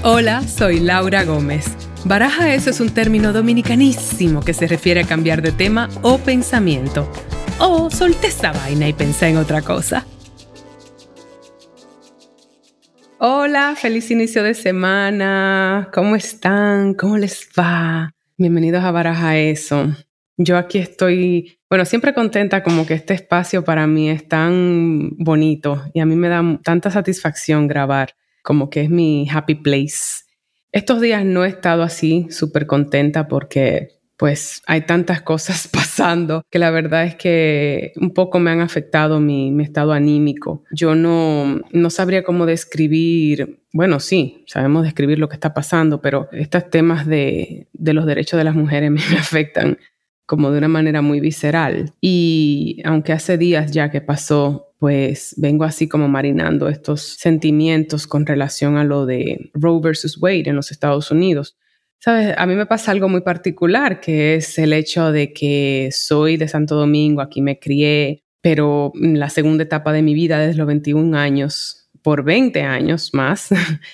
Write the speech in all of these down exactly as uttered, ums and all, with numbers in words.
Hola, soy Laura Gómez. Baraja eso es un término dominicanísimo que se refiere a cambiar de tema o pensamiento. O solté esa vaina y pensé en otra cosa. Hola, feliz inicio de semana. ¿Cómo están? ¿Cómo les va? Bienvenidos a Baraja eso. Yo aquí estoy, bueno, siempre contenta, como que este espacio para mí es tan bonito y a mí me da tanta satisfacción grabar, como que es mi happy place. Estos días no he estado así súper contenta porque pues hay tantas cosas pasando que la verdad es que un poco me han afectado mi, mi estado anímico. Yo no, no sabría cómo describir, bueno, sí, sabemos describir lo que está pasando, pero estos temas de, de los derechos de las mujeres me, me afectan como de una manera muy visceral. Y aunque hace días ya que pasó, pues vengo así como marinando estos sentimientos con relación a lo de Roe versus Wade en los Estados Unidos. ¿Sabes? A mí me pasa algo muy particular, que es el hecho de que soy de Santo Domingo, aquí me crié, pero en la segunda etapa de mi vida, desde los veintiún años, por veinte años más,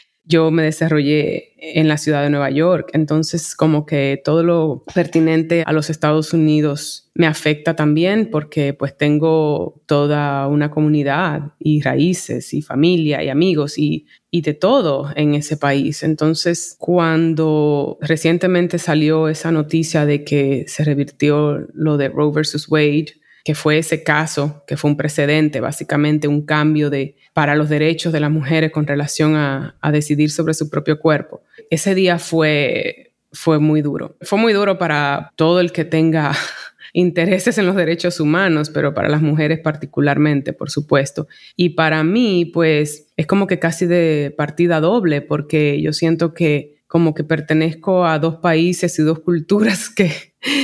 yo me desarrollé en la ciudad de Nueva York. Entonces, como que todo lo pertinente a los Estados Unidos me afecta también porque pues tengo toda una comunidad y raíces y familia y amigos y, y de todo en ese país. Entonces, cuando recientemente salió esa noticia de que se revirtió lo de Roe versus Wade, que fue ese caso, que fue un precedente, básicamente un cambio de, para los derechos de las mujeres con relación a, a decidir sobre su propio cuerpo. Ese día fue, fue muy duro. Fue muy duro para todo el que tenga intereses en los derechos humanos, pero para las mujeres particularmente, por supuesto. Y para mí, pues, es como que casi de partida doble, porque yo siento que como que pertenezco a dos países y dos culturas que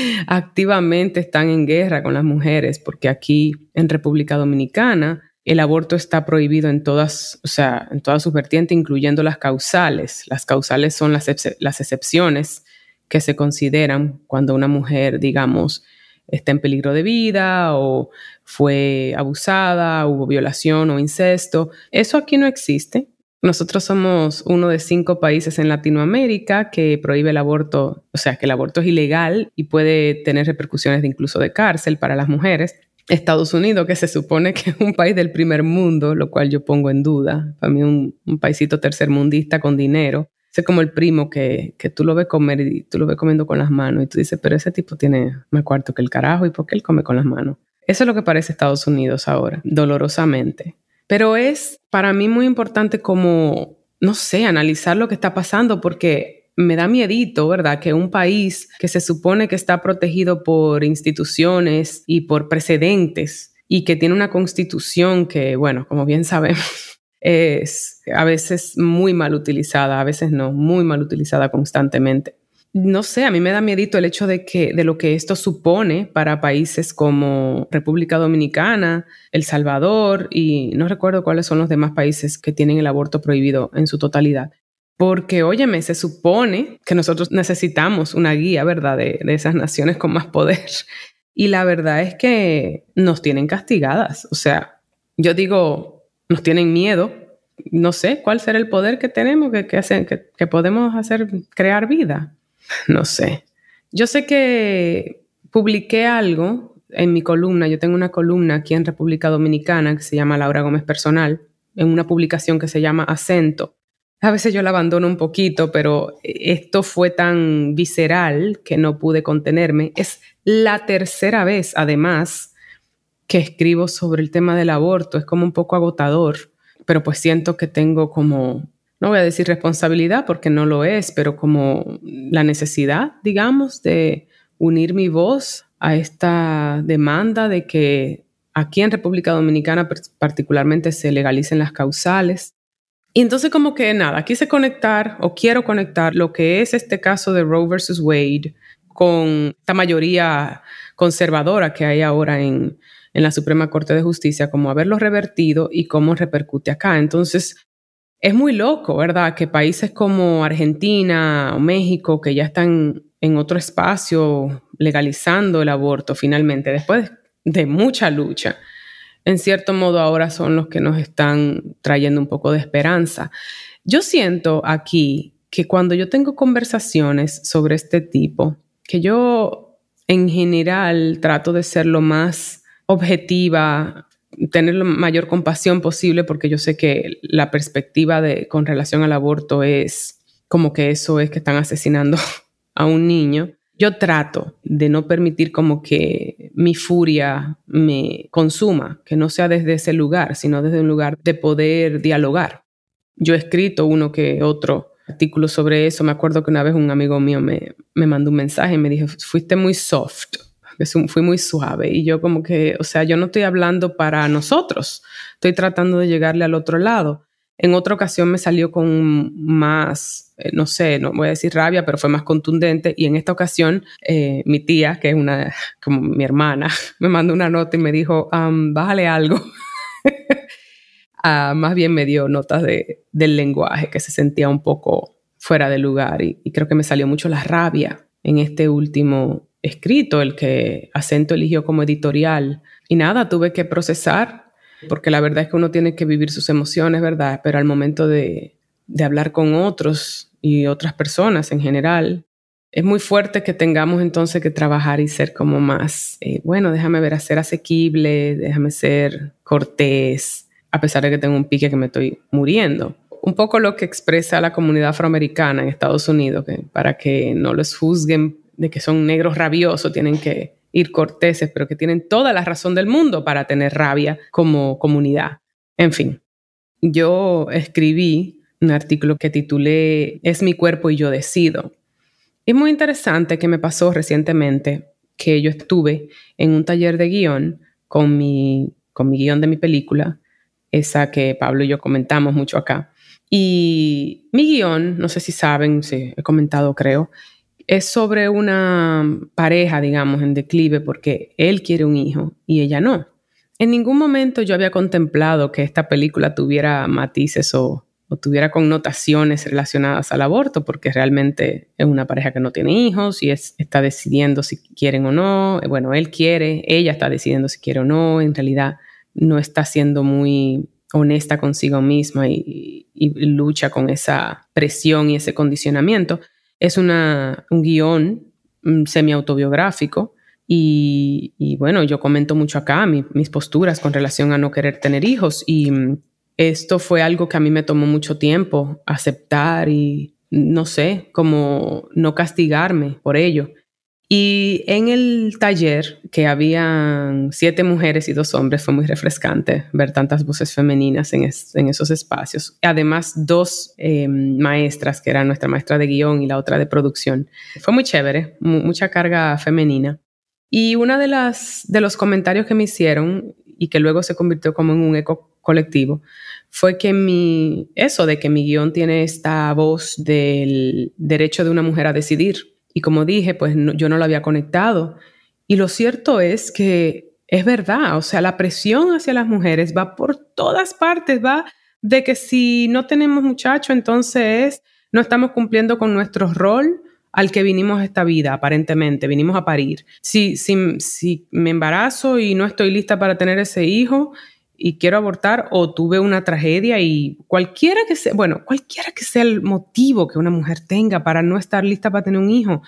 activamente están en guerra con las mujeres, porque aquí en República Dominicana el aborto está prohibido en todas, o sea, en todas sus vertientes, incluyendo las causales. Las causales son las, ex- las excepciones que se consideran cuando una mujer, digamos, está en peligro de vida o fue abusada, hubo violación o incesto. Eso aquí no existe. Nosotros somos uno de cinco países en Latinoamérica que prohíbe el aborto, o sea, que el aborto es ilegal y puede tener repercusiones de incluso de cárcel para las mujeres. Estados Unidos, que se supone que es un país del primer mundo, lo cual yo pongo en duda. Para mí un, un paisito tercermundista con dinero. Es como el primo que, que tú lo ves comer y tú lo ves comiendo con las manos y tú dices, pero ese tipo tiene más cuarto que el carajo, ¿y por qué él come con las manos? Eso es lo que parece Estados Unidos ahora, dolorosamente. Pero es para mí muy importante como, no sé, analizar lo que está pasando porque me da miedito, ¿verdad? Que un país que se supone que está protegido por instituciones y por precedentes y que tiene una constitución que, bueno, como bien sabemos, es a veces muy mal utilizada, a veces no, muy mal utilizada constantemente. No sé, a mí me da miedito el hecho de que de lo que esto supone para países como República Dominicana, El Salvador y no recuerdo cuáles son los demás países que tienen el aborto prohibido en su totalidad. Porque, óyeme, se supone que nosotros necesitamos una guía, ¿verdad?, de, de esas naciones con más poder. Y la verdad es que nos tienen castigadas. O sea, yo digo, nos tienen miedo. No sé cuál será el poder que tenemos, que, que, hace, que, que podemos hacer crear vida. No sé. Yo sé que publiqué algo en mi columna. Yo tengo una columna aquí en República Dominicana que se llama Laura Gómez Personal, en una publicación que se llama Acento. A veces yo la abandono un poquito, pero esto fue tan visceral que no pude contenerme. Es la tercera vez, además, que escribo sobre el tema del aborto. Es como un poco agotador, pero pues siento que tengo como... no voy a decir responsabilidad porque no lo es, pero como la necesidad, digamos, de unir mi voz a esta demanda de que aquí en República Dominicana particularmente se legalicen las causales. Y entonces como que nada, quise conectar o quiero conectar lo que es este caso de Roe versus Wade con esta mayoría conservadora que hay ahora en, en la Suprema Corte de Justicia, como haberlo revertido y cómo repercute acá. Entonces, es muy loco, ¿verdad? Que países como Argentina o México, que ya están en otro espacio legalizando el aborto finalmente, después de mucha lucha, en cierto modo ahora son los que nos están trayendo un poco de esperanza. Yo siento aquí que cuando yo tengo conversaciones sobre este tipo, que yo en general trato de ser lo más objetiva, tener la mayor compasión posible, porque yo sé que la perspectiva de, con relación al aborto es como que eso es que están asesinando a un niño. Yo trato de no permitir como que mi furia me consuma, que no sea desde ese lugar, sino desde un lugar de poder dialogar. Yo he escrito uno que otro artículo sobre eso. Me acuerdo que una vez un amigo mío me, me mandó un mensaje y me dijo, fuiste muy soft, fui muy suave. Y yo como que, o sea, yo no estoy hablando para nosotros, estoy tratando de llegarle al otro lado. En otra ocasión me salió con más, eh, no sé, no voy a decir rabia, pero fue más contundente. Y en esta ocasión, eh, mi tía, que es una, como mi hermana, me mandó una nota y me dijo, um, bájale algo. uh, más bien me dio notas de, del lenguaje, que se sentía un poco fuera de lugar. Y, y creo que me salió mucho la rabia en este último escrito, el que Acento eligió como editorial. Y nada, tuve que procesar, porque la verdad es que uno tiene que vivir sus emociones, ¿verdad? Pero al momento de, de hablar con otros y otras personas en general, es muy fuerte que tengamos entonces que trabajar y ser como más, eh, bueno, déjame ver, a ser asequible, déjame ser cortés, a pesar de que tengo un pique que me estoy muriendo. Un poco lo que expresa la comunidad afroamericana en Estados Unidos, que para que no los juzguen de que son negros rabiosos, tienen que ir corteses, pero que tienen toda la razón del mundo para tener rabia como comunidad. En fin, yo escribí un artículo que titulé Es mi cuerpo y yo decido. Es muy interesante que me pasó recientemente que yo estuve en un taller de guión con mi, con mi guión de mi película, esa que Pablo y yo comentamos mucho acá. Y mi guión, no sé si saben, sí, he comentado creo, es sobre una pareja, digamos, en declive porque él quiere un hijo y ella no. En ningún momento yo había contemplado que esta película tuviera matices o, o tuviera connotaciones relacionadas al aborto, porque realmente es una pareja que no tiene hijos y es, está decidiendo si quieren o no. Bueno, él quiere, ella está decidiendo si quiere o no. En realidad no está siendo muy honesta consigo misma y, y, y lucha con esa presión y ese condicionamiento. Es una, un guión semi-autobiográfico y, y bueno, yo comento mucho acá mi, mis posturas con relación a no querer tener hijos y esto fue algo que a mí me tomó mucho tiempo aceptar y no sé, como no castigarme por ello. Y en el taller, que habían siete mujeres y dos hombres, fue muy refrescante ver tantas voces femeninas en, es, en esos espacios. Además, dos eh, maestras, que eran nuestra maestra de guión y la otra de producción. Fue muy chévere, mu- mucha carga femenina. Y uno de, las, de los comentarios que me hicieron, y que luego se convirtió como en un eco colectivo, fue que mi, eso de que mi guión tiene esta voz del derecho de una mujer a decidir. Y como dije, pues no, yo no lo había conectado. Y lo cierto es que es verdad, o sea, la presión hacia las mujeres va por todas partes, va de que si no tenemos muchacho, entonces no estamos cumpliendo con nuestro rol al que vinimos a esta vida, aparentemente, vinimos a parir. Si, si, si me embarazo y no estoy lista para tener ese hijo y quiero abortar, o tuve una tragedia y cualquiera que sea, bueno, cualquiera que sea el motivo que una mujer tenga para no estar lista para tener un hijo,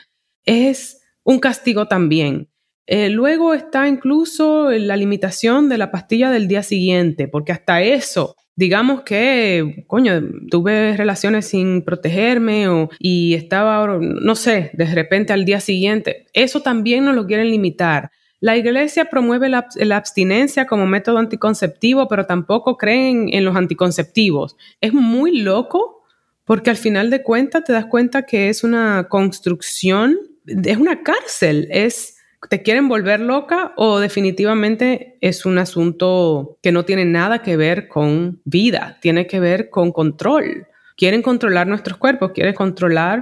es un castigo también. Eh, luego está incluso la limitación de la pastilla del día siguiente, porque hasta eso, digamos que, coño, tuve relaciones sin protegerme o, y estaba, no sé, de repente al día siguiente, eso también nos lo quieren limitar. La iglesia promueve la, la abstinencia como método anticonceptivo, pero tampoco creen en los anticonceptivos. Es muy loco porque al final de cuentas te das cuenta que es una construcción, es una cárcel, es, te quieren volver loca o definitivamente es un asunto que no tiene nada que ver con vida, tiene que ver con control. Quieren controlar nuestros cuerpos, quieren controlar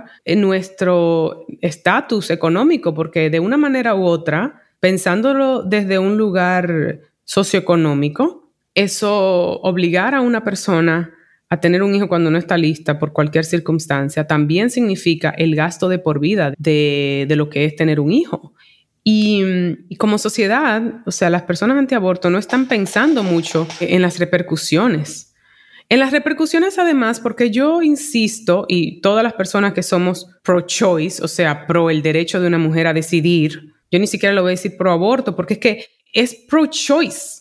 nuestro estatus económico, porque de una manera u otra, pensándolo desde un lugar socioeconómico, eso obligar a una persona a tener un hijo cuando no está lista por cualquier circunstancia también significa el gasto de por vida de, de lo que es tener un hijo. Y, y como sociedad, o sea, las personas antiaborto no están pensando mucho en las repercusiones. En las repercusiones, además, porque yo insisto, y todas las personas que somos pro-choice, o sea, pro el derecho de una mujer a decidir, yo ni siquiera lo voy a decir pro-aborto, porque es que es pro-choice.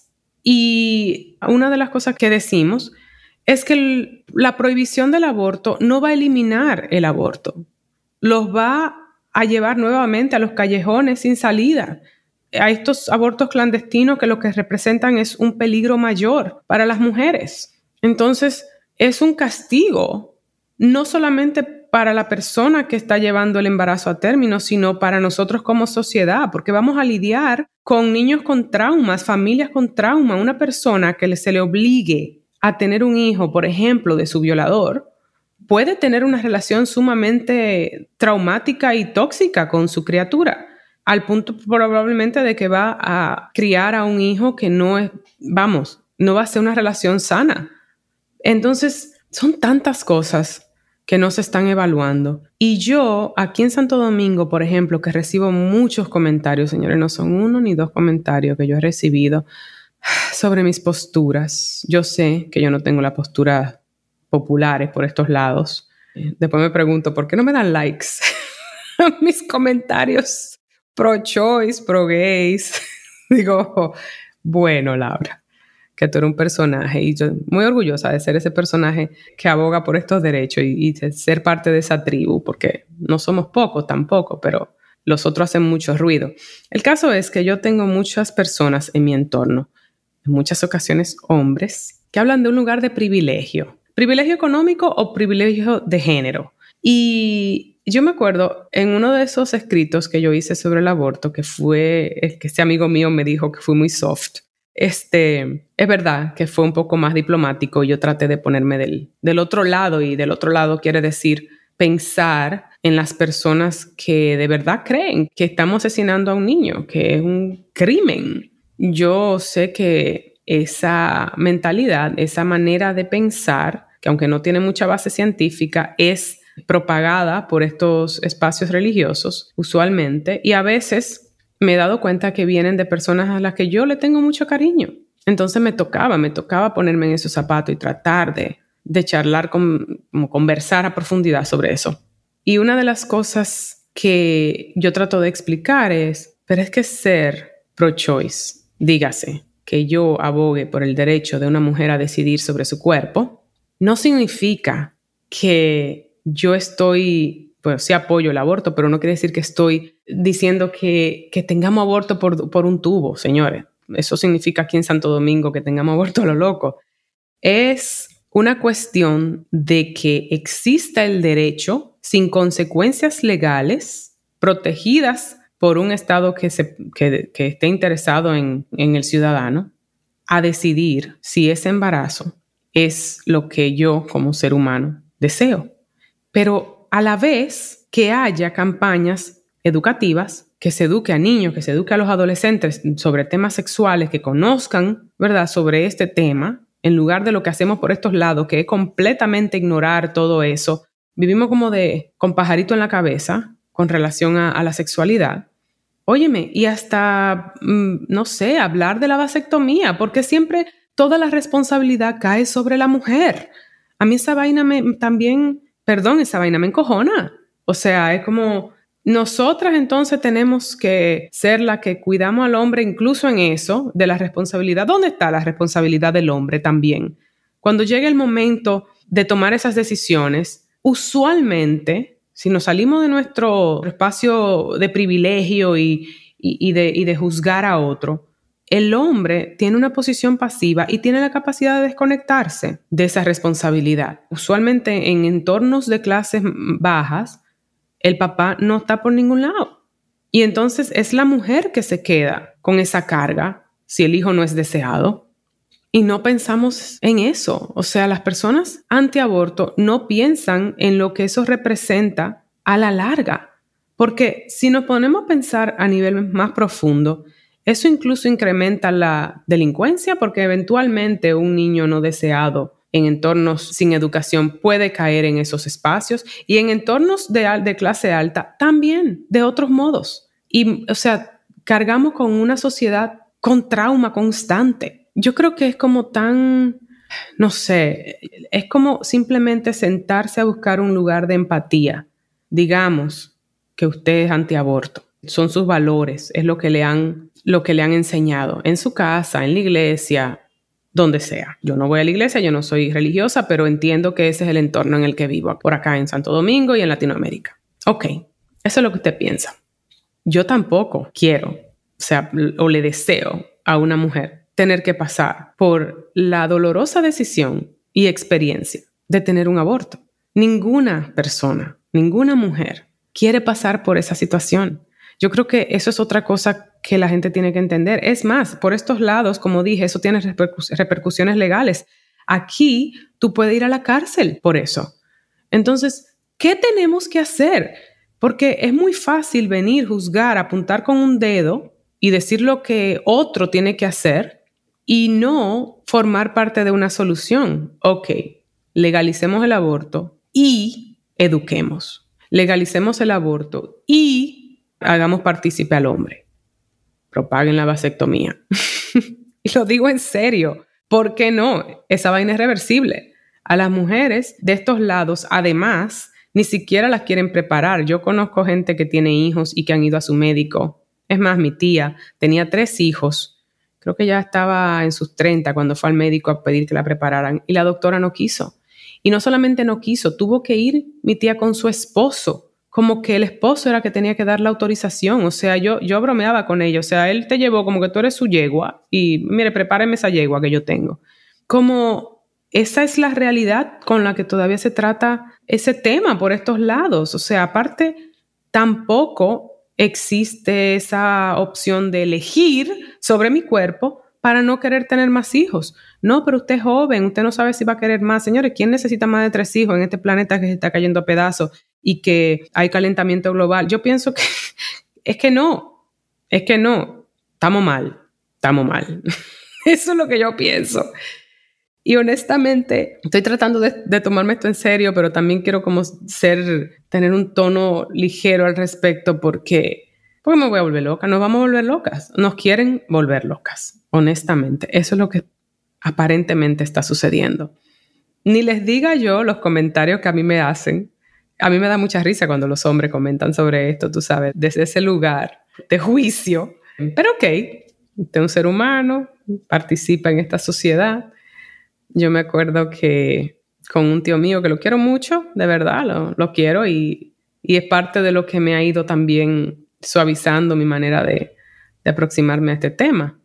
Y una de las cosas que decimos es que el, la prohibición del aborto no va a eliminar el aborto, los va a llevar nuevamente a los callejones sin salida, a estos abortos clandestinos que lo que representan es un peligro mayor para las mujeres. Entonces, es un castigo, no solamente para la persona que está llevando el embarazo a término, sino para nosotros como sociedad, porque vamos a lidiar con niños con traumas, familias con trauma. Una persona que se le obligue a tener un hijo, por ejemplo, de su violador, puede tener una relación sumamente traumática y tóxica con su criatura, al punto probablemente de que va a criar a un hijo que no es, vamos, no va a ser una relación sana. Entonces, son tantas cosas que no se están evaluando. Y yo, aquí en Santo Domingo, por ejemplo, que recibo muchos comentarios, señores, no son uno ni dos comentarios que yo he recibido sobre mis posturas. Yo sé que yo no tengo la postura populares por estos lados. Después me pregunto, ¿por qué no me dan likes a mis comentarios pro-choice, pro-gays? Digo, bueno, Laura, que tú eres un personaje y yo muy orgullosa de ser ese personaje que aboga por estos derechos y, y de ser parte de esa tribu, porque no somos pocos tampoco, pero los otros hacen mucho ruido. El caso es que yo tengo muchas personas en mi entorno, en muchas ocasiones hombres, que hablan de un lugar de privilegio. ¿Privilegio económico o privilegio de género? Y yo me acuerdo en uno de esos escritos que yo hice sobre el aborto, que fue el que este amigo mío me dijo que fue muy soft. Este, es verdad que fue un poco más diplomático. Yo traté de ponerme del, del otro lado, y del otro lado quiere decir pensar en las personas que de verdad creen que estamos asesinando a un niño, que es un crimen. Yo sé que esa mentalidad, esa manera de pensar, que aunque no tiene mucha base científica, es propagada por estos espacios religiosos usualmente, y a veces me he dado cuenta que vienen de personas a las que yo le tengo mucho cariño. Entonces me tocaba, me tocaba ponerme en esos zapatos y tratar de, de charlar, con, como conversar a profundidad sobre eso. Y una de las cosas que yo trato de explicar es, pero es que ser pro-choice, dígase, que yo abogue por el derecho de una mujer a decidir sobre su cuerpo, no significa que yo estoy, pues sí apoyo el aborto, pero no quiere decir que estoy diciendo que, que tengamos aborto por, por un tubo, señores. Eso significa aquí en Santo Domingo que tengamos aborto a lo loco. Es una cuestión de que exista el derecho sin consecuencias legales, protegidas por un Estado que, se, que, que esté interesado en, en el ciudadano, a decidir si ese embarazo es lo que yo como ser humano deseo. Pero a la vez que haya campañas educativas, que se eduque a niños, que se eduque a los adolescentes sobre temas sexuales, que conozcan, ¿verdad?, sobre este tema, en lugar de lo que hacemos por estos lados, que es completamente ignorar todo eso. Vivimos como de con pajarito en la cabeza con relación a, a la sexualidad. Óyeme, y hasta, mmm, no sé, hablar de la vasectomía, porque siempre toda la responsabilidad cae sobre la mujer. A mí esa vaina me también, perdón, esa vaina me encojona. O sea, es como nosotras entonces tenemos que ser la que cuidamos al hombre incluso en eso, de la responsabilidad. ¿Dónde está la responsabilidad del hombre también? Cuando llegue el momento de tomar esas decisiones, usualmente, si nos salimos de nuestro espacio de privilegio y, y, y, de, y de juzgar a otro, el hombre tiene una posición pasiva y tiene la capacidad de desconectarse de esa responsabilidad. Usualmente en entornos de clases bajas, el papá no está por ningún lado. Y entonces es la mujer que se queda con esa carga si el hijo no es deseado. Y no pensamos en eso. O sea, las personas antiaborto no piensan en lo que eso representa a la larga. Porque si nos ponemos a pensar a nivel más profundo, eso incluso incrementa la delincuencia, porque eventualmente un niño no deseado en entornos sin educación puede caer en esos espacios, y en entornos de, de clase alta también, de otros modos. Y, o sea, cargamos con una sociedad con trauma constante. Yo creo que es como tan, no sé, es como simplemente sentarse a buscar un lugar de empatía. Digamos que usted es antiaborto. Son sus valores, es lo que le han, lo que le han enseñado en su casa, en la iglesia, donde sea. Yo no voy a la iglesia, yo no soy religiosa, pero entiendo que ese es el entorno en el que vivo, por acá en Santo Domingo y en Latinoamérica. Ok, eso es lo que usted piensa. Yo tampoco quiero, o sea, o le deseo a una mujer tener que pasar por la dolorosa decisión y experiencia de tener un aborto. Ninguna persona, ninguna mujer quiere pasar por esa situación. Yo creo que eso es otra cosa que la gente tiene que entender. Es más, por estos lados, como dije, eso tiene repercus- repercusiones legales. Aquí tú puedes ir a la cárcel por eso. Entonces, ¿qué tenemos que hacer? Porque es muy fácil venir, juzgar, apuntar con un dedo y decir lo que otro tiene que hacer y no formar parte de una solución. Ok, legalicemos el aborto y eduquemos. Legalicemos el aborto y hagamos partícipe al hombre. Propaguen la vasectomía. Y lo digo en serio. ¿Por qué no? Esa vaina es reversible. A las mujeres de estos lados, además, ni siquiera las quieren preparar. Yo conozco gente que tiene hijos y que han ido a su médico. Es más, mi tía tenía tres hijos. Creo que ya estaba en sus treinta cuando fue al médico a pedir que la prepararan y la doctora no quiso. Y no solamente no quiso, tuvo que ir mi tía con su esposo. Como que el esposo era que tenía que dar la autorización. O sea, yo, yo bromeaba con ella. O sea, él te llevó como que tú eres su yegua y mire, prepáreme esa yegua que yo tengo. Como esa es la realidad con la que todavía se trata ese tema por estos lados. O sea, aparte, tampoco existe esa opción de elegir sobre mi cuerpo para no querer tener más hijos. No, pero usted es joven, usted no sabe si va a querer más. Señores, ¿quién necesita más de tres hijos en este planeta que se está cayendo a pedazos y que hay calentamiento global? Yo pienso que es que no, es que no. Estamos mal, estamos mal. Eso es lo que yo pienso. Y honestamente, estoy tratando de, de tomarme esto en serio, pero también quiero como ser, tener un tono ligero al respecto porque... Porque me voy a volver loca, nos vamos a volver locas. Nos quieren volver locas, honestamente. Eso es lo que aparentemente está sucediendo. Ni les diga yo los comentarios que a mí me hacen. A mí me da mucha risa cuando los hombres comentan sobre esto, tú sabes, desde ese lugar de juicio. Pero ok, usted es un ser humano, participa en esta sociedad. Yo me acuerdo que con un tío mío que lo quiero mucho, de verdad, lo, lo quiero y, y es parte de lo que me ha ido también suavizando mi manera de, de aproximarme a este tema,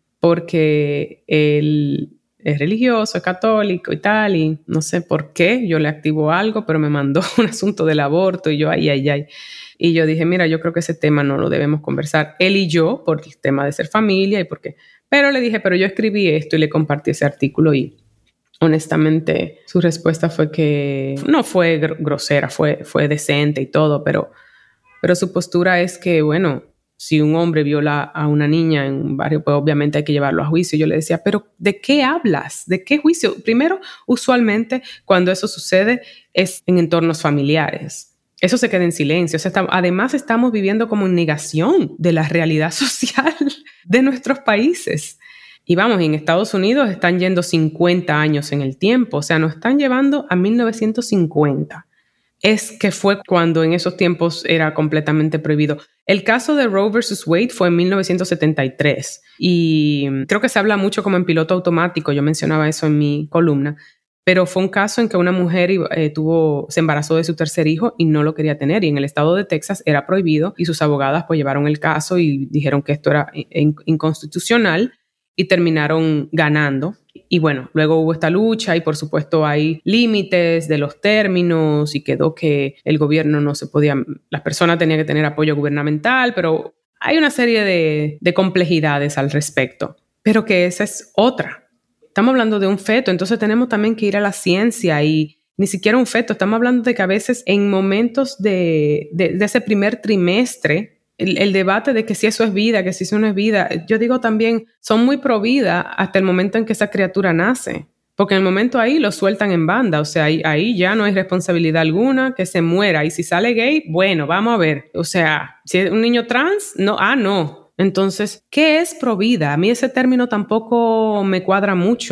porque él es religioso, es católico y tal, y no sé por qué, yo le activo algo, pero me mandó un asunto del aborto y yo, ay, ay, ay. Y yo dije, mira, yo creo que ese tema no lo debemos conversar, él y yo, por el tema de ser familia y porque... Pero le dije, pero yo escribí esto y le compartí ese artículo y honestamente su respuesta fue que no fue gr- grosera, fue, fue decente y todo, pero... Pero su postura es que, bueno, si un hombre viola a una niña en un barrio, pues obviamente hay que llevarlo a juicio. Yo le decía, pero ¿de qué hablas? ¿De qué juicio? Primero, usualmente cuando eso sucede es en entornos familiares. Eso se queda en silencio. O sea, está, además estamos viviendo como en negación de la realidad social de nuestros países. Y vamos, en Estados Unidos están yendo cincuenta años en el tiempo. O sea, nos están llevando a mil novecientos cincuenta. Es que fue cuando en esos tiempos era completamente prohibido. El caso de Roe versus Wade fue en mil novecientos setenta y tres y creo que se habla mucho como en piloto automático, yo mencionaba eso en mi columna, pero fue un caso en que una mujer eh, tuvo, se embarazó de su tercer hijo y no lo quería tener y en el estado de Texas era prohibido y sus abogadas pues llevaron el caso y dijeron que esto era in- inconstitucional y terminaron ganando. Y bueno, luego hubo esta lucha y por supuesto hay límites de los términos y quedó que el gobierno no se podía, las personas tenían que tener apoyo gubernamental, pero hay una serie de, de complejidades al respecto, pero que esa es otra. Estamos hablando de un feto, entonces tenemos también que ir a la ciencia y ni siquiera un feto, estamos hablando de que a veces en momentos de, de, de ese primer trimestre, El, el debate de que si eso es vida, que si eso no es vida, yo digo también, son muy pro vida hasta el momento en que esa criatura nace, porque en el momento ahí lo sueltan en banda, o sea, ahí, ahí ya no hay responsabilidad alguna, que se muera, y si sale gay, bueno, vamos a ver, o sea, si es un niño trans, no, ah, no. Entonces, ¿qué es pro vida? A mí ese término tampoco me cuadra mucho.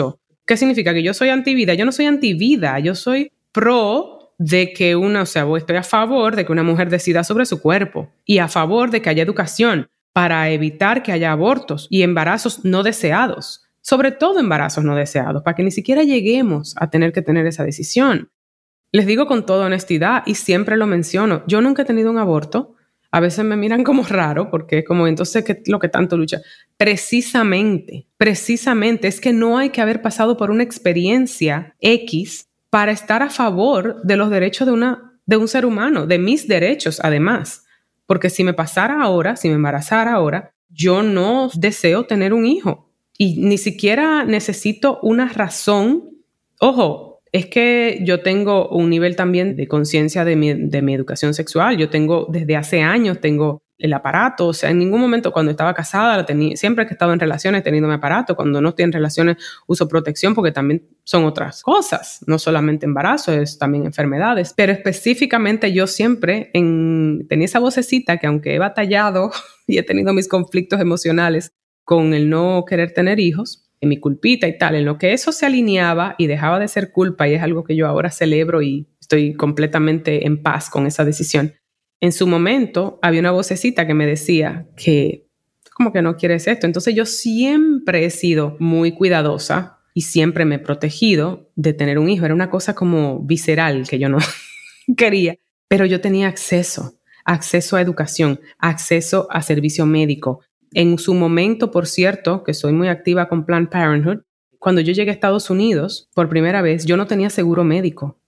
¿Qué significa? Que yo soy antivida. Yo no soy antivida, yo soy pro de que una, o sea, estoy a favor de que una mujer decida sobre su cuerpo y a favor de que haya educación para evitar que haya abortos y embarazos no deseados, sobre todo embarazos no deseados, para que ni siquiera lleguemos a tener que tener esa decisión. Les digo con toda honestidad y siempre lo menciono, yo nunca he tenido un aborto. A veces me miran como raro porque como entonces ¿qué es lo que tanto lucha? Precisamente, precisamente es que no hay que haber pasado por una experiencia X para estar a favor de los derechos de, una, de un ser humano, de mis derechos además. Porque si me pasara ahora, si me embarazara ahora, yo no deseo tener un hijo y ni siquiera necesito una razón. Ojo, es que yo tengo un nivel también de conciencia de mi, de mi educación sexual. Yo tengo, desde hace años, tengo el aparato. O sea, en ningún momento cuando estaba casada, la tenía, siempre que he estado en relaciones teniendo mi aparato. Cuando no estoy en relaciones, uso protección porque también son otras cosas. No solamente embarazo, es también enfermedades. Pero específicamente yo siempre en, tenía esa vocecita que aunque he batallado y he tenido mis conflictos emocionales con el no querer tener hijos, en mi culpita y tal, en lo que eso se alineaba y dejaba de ser culpa, y es algo que yo ahora celebro y estoy completamente en paz con esa decisión. En su momento había una vocecita que me decía que como que no quieres esto. Entonces yo siempre he sido muy cuidadosa y siempre me he protegido de tener un hijo. Era una cosa como visceral que yo no quería, pero yo tenía acceso, acceso a educación, acceso a servicio médico. En su momento, por cierto, que soy muy activa con Planned Parenthood, cuando yo llegué a Estados Unidos por primera vez, yo no tenía seguro médico.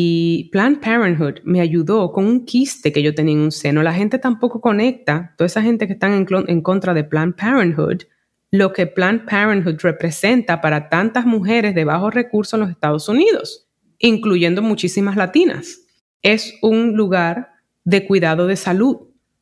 Y Planned Parenthood me ayudó con un quiste que yo tenía en un seno. La gente tampoco conecta, toda esa gente que está en, en contra de Planned Parenthood, lo que Planned Parenthood representa para tantas mujeres de bajos recursos en los Estados Unidos, incluyendo muchísimas latinas. Es un lugar de cuidado de salud,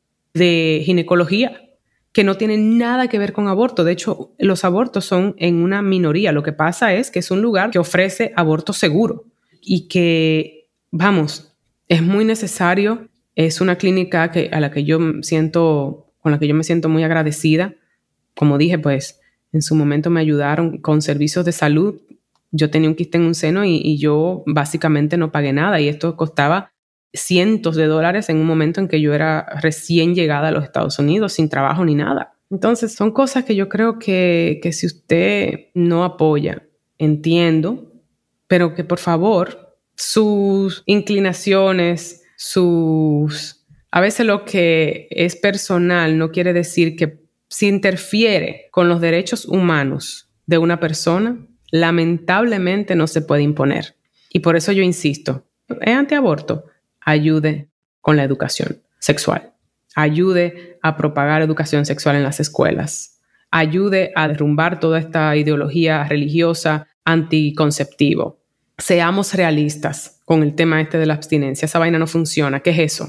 de ginecología, que no tienen nada que ver con aborto. De hecho, los abortos son en una minoría. Lo que pasa es que es un lugar que ofrece aborto seguro y que, vamos, es muy necesario. Es una clínica que, a la que yo siento, con la que yo me siento muy agradecida. Como dije, pues, en su momento me ayudaron con servicios de salud. Yo tenía un quiste en un seno y, y yo básicamente no pagué nada, y esto costaba cientos de dólares en un momento en que yo era recién llegada a los Estados Unidos, sin trabajo ni nada. Entonces, son cosas que yo creo que, que si usted no apoya, entiendo, pero que por favor, sus inclinaciones, sus... A veces lo que es personal no quiere decir que si interfiere con los derechos humanos de una persona, lamentablemente no se puede imponer. Y por eso yo insisto, es antiaborto. Ayude con la educación sexual, ayude a propagar educación sexual en las escuelas, ayude a derrumbar toda esta ideología religiosa anticonceptivo. Seamos realistas con el tema este de la abstinencia. Esa vaina no funciona. ¿Qué es eso?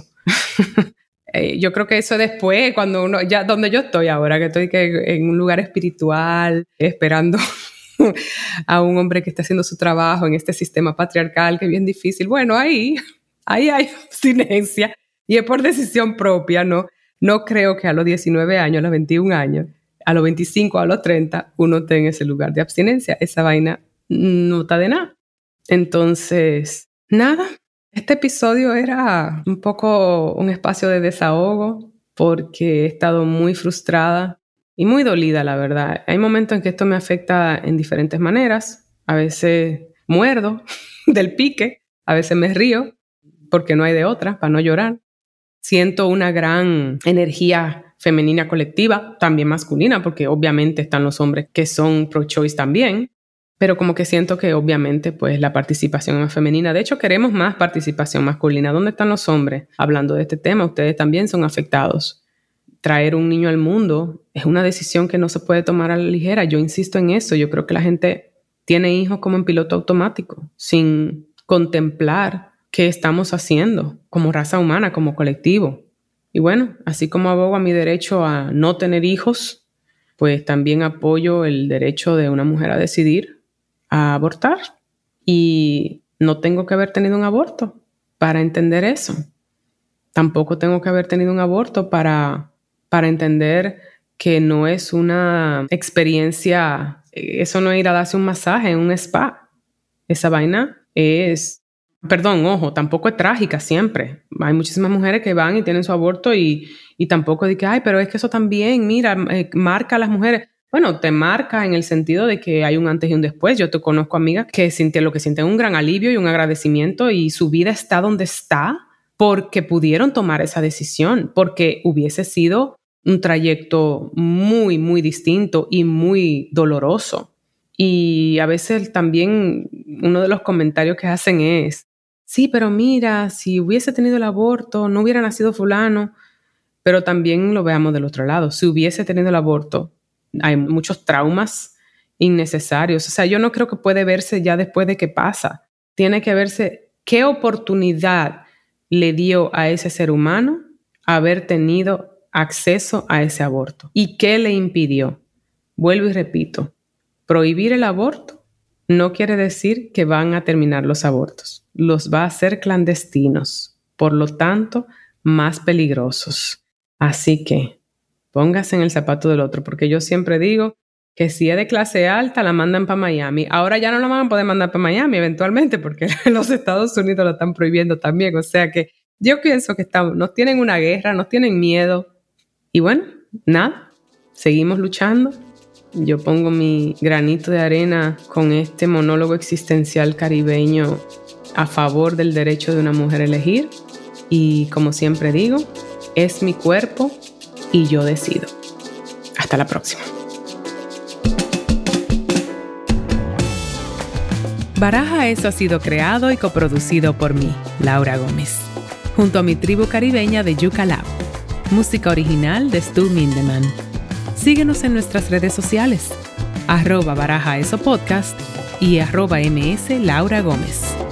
eh, yo creo que eso después, cuando uno, ya donde yo estoy ahora, que estoy que en un lugar espiritual, esperando a un hombre que está haciendo su trabajo en este sistema patriarcal que es bien difícil. Bueno, ahí... Ahí hay abstinencia y es por decisión propia, ¿no? No creo que a los diecinueve años, a los veintiún años, a los veinticinco, a los treinta, uno esté en ese lugar de abstinencia. Esa vaina no está de nada. Entonces, nada, este episodio era un poco un espacio de desahogo porque he estado muy frustrada y muy dolida, la verdad. Hay momentos en que esto me afecta en diferentes maneras. A veces muerdo del pique, a veces me río, porque no hay de otra, para no llorar. Siento una gran energía femenina colectiva, también masculina, porque obviamente están los hombres que son pro-choice también, pero como que siento que obviamente pues la participación es más femenina. De hecho, queremos más participación masculina. ¿Dónde están los hombres hablando de este tema? Ustedes también son afectados. Traer un niño al mundo es una decisión que no se puede tomar a la ligera. Yo insisto en eso. Yo creo que la gente tiene hijos como en piloto automático, sin contemplar qué estamos haciendo como raza humana, como colectivo. Y bueno, así como abogo a mi derecho a no tener hijos, pues también apoyo el derecho de una mujer a decidir a abortar. Y no tengo que haber tenido un aborto para entender eso. Tampoco tengo que haber tenido un aborto para, para entender que no es una experiencia eso no es ir a darse un masaje en un spa. Esa vaina es, perdón, ojo, tampoco es trágica siempre. Hay muchísimas mujeres que van y tienen su aborto y, y tampoco de que, ay, pero es que eso también, mira, eh, marca a las mujeres. Bueno, te marca en el sentido de que hay un antes y un después. Yo te conozco amigas que sienten lo que sienten un gran alivio y un agradecimiento y su vida está donde está porque pudieron tomar esa decisión, porque hubiese sido un trayecto muy, muy distinto y muy doloroso. Y a veces también uno de los comentarios que hacen es, sí, pero mira, si hubiese tenido el aborto, no hubiera nacido fulano. Pero también lo veamos del otro lado. Si hubiese tenido el aborto, hay muchos traumas innecesarios. O sea, yo no creo que puede verse ya después de que pasa. Tiene que verse qué oportunidad le dio a ese ser humano haber tenido acceso a ese aborto. ¿Y qué le impidió? Vuelvo y repito, prohibir el aborto no quiere decir que van a terminar los abortos. Los va a hacer clandestinos, por lo tanto, más peligrosos. Así que póngase en el zapato del otro, porque yo siempre digo que si es de clase alta, la mandan para Miami. Ahora ya no la van a poder mandar para Miami eventualmente, porque los Estados Unidos lo están prohibiendo también. O sea que yo pienso que estamos, nos tienen una guerra, nos tienen miedo. Y bueno, nada, seguimos luchando. Yo pongo mi granito de arena con este monólogo existencial caribeño a favor del derecho de una mujer a elegir. Y como siempre digo, es mi cuerpo y yo decido. Hasta la próxima. Baraja Eso ha sido creado y coproducido por mí, Laura Gómez, junto a mi tribu caribeña de Yuca Lab. Música original de Stu Mindeman. Síguenos en nuestras redes sociales, arroba Baraja Eso Podcast y arroba ms Laura Gómez.